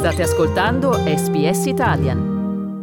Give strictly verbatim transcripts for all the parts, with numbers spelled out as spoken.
State ascoltando S B S Italian.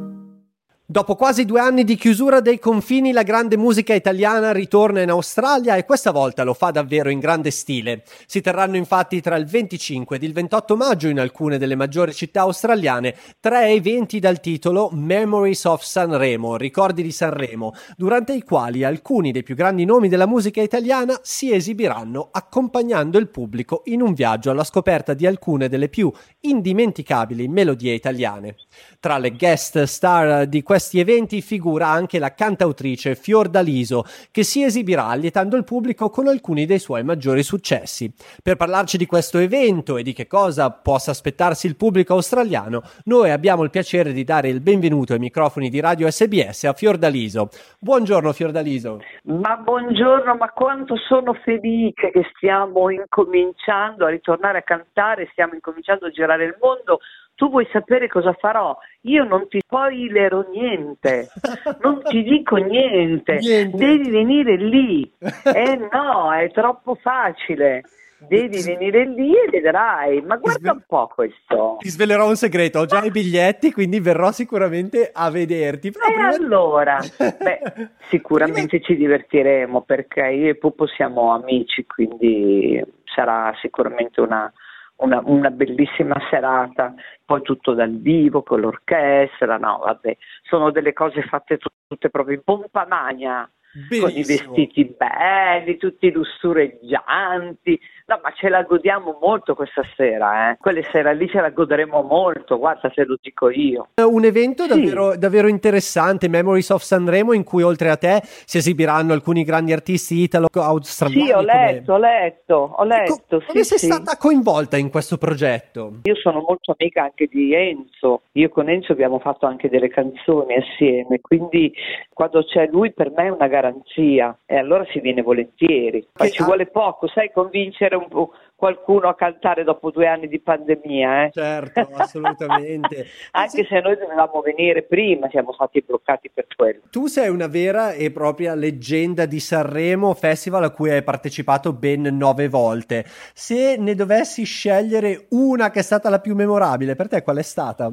Dopo quasi due anni di chiusura dei confini, la grande musica italiana ritorna in Australia e questa volta lo fa davvero in grande stile. Si terranno infatti tra il venticinque ed il ventotto maggio in alcune delle maggiori città australiane tre eventi dal titolo Memories of Sanremo, ricordi di Sanremo, durante i quali alcuni dei più grandi nomi della musica italiana si esibiranno accompagnando il pubblico in un viaggio alla scoperta di alcune delle più indimenticabili melodie italiane. Tra le guest star di questi eventi figura anche la cantautrice Fiordaliso, che si esibirà allietando il pubblico con alcuni dei suoi maggiori successi. Per parlarci di questo evento e di che cosa possa aspettarsi il pubblico australiano, noi abbiamo il piacere di dare il benvenuto ai microfoni di Radio S B S a Fiordaliso. Buongiorno Fiordaliso. Ma buongiorno, ma quanto sono felice che stiamo incominciando a ritornare a cantare, stiamo incominciando a girare il mondo. Tu vuoi sapere cosa farò? Io non ti spoilerò niente, non ti dico niente, niente. Devi venire lì. Eh no, è troppo facile. Devi venire lì e vedrai. Ma guarda un po' questo. Ti svelerò un segreto, ho già i biglietti, quindi verrò sicuramente a vederti. Però e prima... allora, beh, sicuramente ci divertiremo perché io e Pupo siamo amici, quindi sarà sicuramente una... Una, una bellissima serata, poi tutto dal vivo con l'orchestra, no vabbè, sono delle cose fatte t- tutte proprio in pompa magna. Bellissimo. Con i vestiti belli, tutti lussureggianti, no ma ce la godiamo molto questa sera, eh. Quelle sera lì ce la goderemo molto, guarda se lo dico io. Un evento sì. davvero, davvero interessante, Memories of Sanremo, in cui oltre a te si esibiranno alcuni grandi artisti italo-australiani. Sì, ho letto, come... ho letto, ho letto. Co- come sì, sei sì. stata coinvolta in questo progetto? Io sono molto amica anche di Enzo, io con Enzo abbiamo fatto anche delle canzoni assieme, quindi quando c'è lui per me è una garanzia e allora si viene volentieri. Ma ci ha... vuole poco, sai, convincere un po' qualcuno a cantare dopo due anni di pandemia, eh? Certo, assolutamente. Anche se noi dovevamo venire prima, siamo stati bloccati per quello. Tu sei una vera e propria leggenda di Sanremo, festival a cui hai partecipato ben nove volte. Se ne dovessi scegliere una che è stata la più memorabile, per te qual è stata?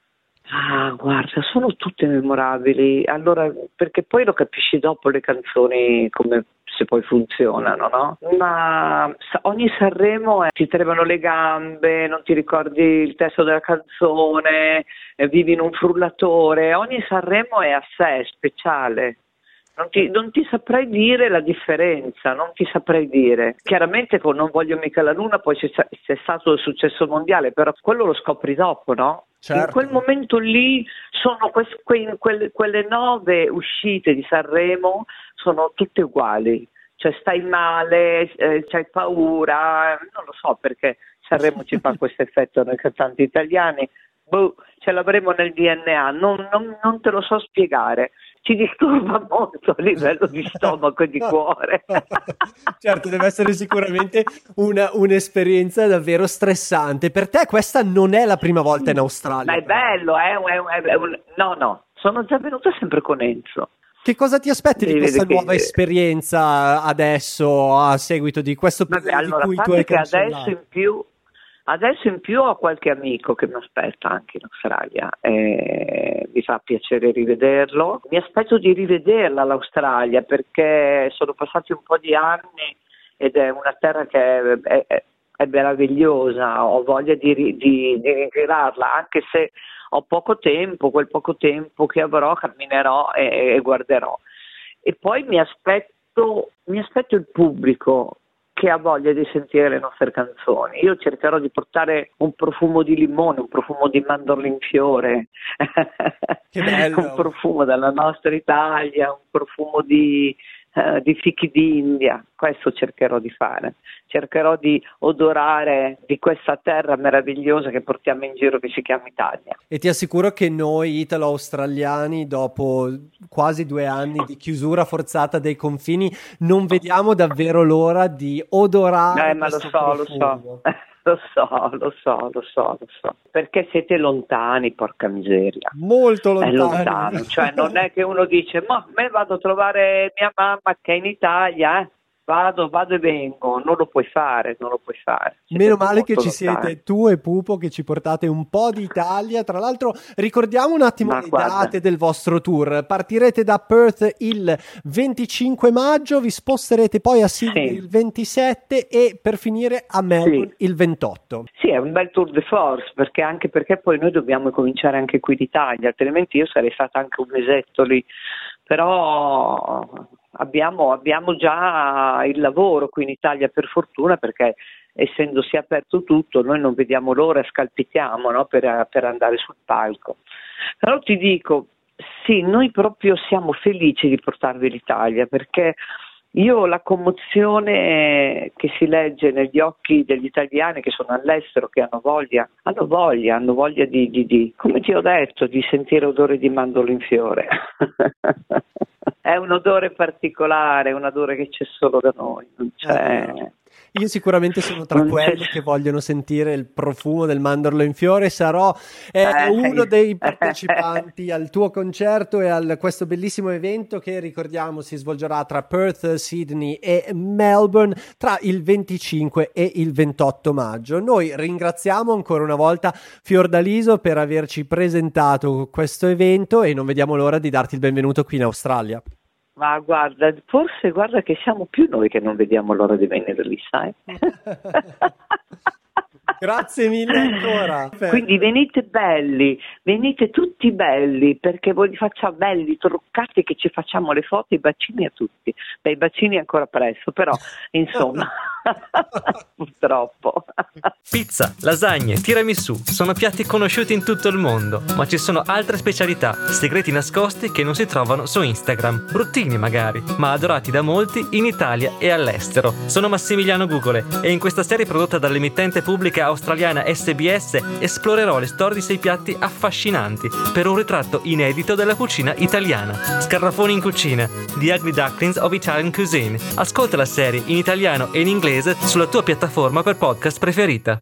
Ah, guarda, sono tutte memorabili, allora, perché poi lo capisci dopo le canzoni come se poi funzionano, no? Ma ogni Sanremo eh, ti tremano le gambe, non ti ricordi il testo della canzone, eh, vivi in un frullatore, ogni Sanremo è a sé, è speciale. Non ti, non ti saprei dire la differenza, non ti saprei dire. Chiaramente con Non voglio mica la luna poi c'è, c'è stato il successo mondiale, però quello lo scopri dopo, no? Certo. In quel momento lì sono que, que, quelle, quelle nove uscite di Sanremo sono tutte uguali. Cioè stai male, eh, c'hai paura, non lo so perché Sanremo ci fa questo effetto a noi cantanti italiani. Boh, ce l'avremo nel D N A, non, non, non te lo so spiegare. Ci disturba molto a livello di stomaco e di cuore. Certo, deve essere sicuramente una, un'esperienza davvero stressante. Per te questa non è la prima volta in Australia. Ma è bello, eh? È un, è un... No, no, sono già venuta sempre con Enzo. Che cosa ti aspetti Devi di questa che... nuova esperienza adesso, a seguito di questo Vabbè, periodo allora, di cui tu hai che cancellato? adesso in più Adesso in più ho qualche amico che mi aspetta anche in Australia, eh, mi fa piacere rivederlo. Mi aspetto di rivederla l'Australia perché sono passati un po' di anni ed è una terra che è, è, è meravigliosa, ho voglia di, di, di rigirarla, anche se ho poco tempo, quel poco tempo che avrò camminerò e, e guarderò. E poi mi aspetto, mi aspetto il pubblico che ha voglia di sentire le nostre canzoni. Io cercherò di portare un profumo di limone, un profumo di mandorle in fiore, che bello. Un profumo della nostra Italia, un profumo di, uh, di fichi d'India. Questo cercherò di fare. Cercherò di odorare di questa terra meravigliosa che portiamo in giro, che si chiama Italia. E ti assicuro che noi italo-australiani, dopo quasi due anni di chiusura forzata dei confini, non vediamo davvero l'ora di odorare eh, ma lo so, profumo. lo so. Lo so, lo so, lo so, lo so. Perché siete lontani, porca miseria. Molto lontani. È lontano, cioè non è che uno dice, ma me vado a trovare mia mamma che è in Italia, eh. Vado, vado e vengo, non lo puoi fare, non lo puoi fare. Siete Meno male che ci lontani. siete tu e Pupo che ci portate un po' d'Italia. Tra l'altro ricordiamo un attimo Ma le guarda. date del vostro tour. Partirete da Perth il venticinque maggio, vi sposterete poi a Sydney Sì. il ventisette e per finire a Melbourne Sì. il ventotto. Sì, è un bel tour de force, perché anche perché poi noi dobbiamo cominciare anche qui in Italia, altrimenti io sarei stata anche un mesetto lì, però abbiamo, abbiamo già il lavoro qui in Italia per fortuna, perché essendosi aperto tutto noi non vediamo l'ora, scalpitiamo, no, per, per andare sul palco. Però ti dico, sì, noi proprio siamo felici di portarvi l'Italia, perché io la commozione che si legge negli occhi degli italiani che sono all'estero, che hanno voglia, hanno voglia, hanno voglia di, di, di come ti ho detto, di sentire odore di mandorlo in fiore. È un odore particolare, un odore che c'è solo da noi, non c'è... Eh, Io sicuramente sono tra Non c'è- quelli che vogliono sentire il profumo del mandorlo in fiore. Sarò eh, Eh, uno sì. dei partecipanti al tuo concerto e a questo bellissimo evento che, ricordiamo, si svolgerà tra Perth, Sydney e Melbourne tra il venticinque e il ventotto maggio. Noi ringraziamo ancora una volta Fiordaliso per averci presentato questo evento e non vediamo l'ora di darti il benvenuto qui in Australia. Ma guarda, forse guarda che siamo più noi che non vediamo l'ora di venire lì, sai? Grazie mille ancora. Quindi venite belli, venite tutti belli, perché voi li facciamo belli, truccati, che ci facciamo le foto, i bacini a tutti. Beh, i bacini ancora presto, però insomma, purtroppo. Pizza, lasagne, tiramisù sono piatti conosciuti in tutto il mondo, ma ci sono altre specialità, segreti nascosti che non si trovano su Instagram, bruttini magari, ma adorati da molti in Italia e all'estero. Sono Massimiliano Gugole e in questa serie prodotta dall'emittente pubblica australiana S B S esplorerò le storie di sei piatti affascinanti per un ritratto inedito della cucina italiana. Scarafoni in cucina, The Ugly Ducklings of Italian Cuisine. Ascolta la serie in italiano e in inglese sulla tua piattaforma per podcast preferita.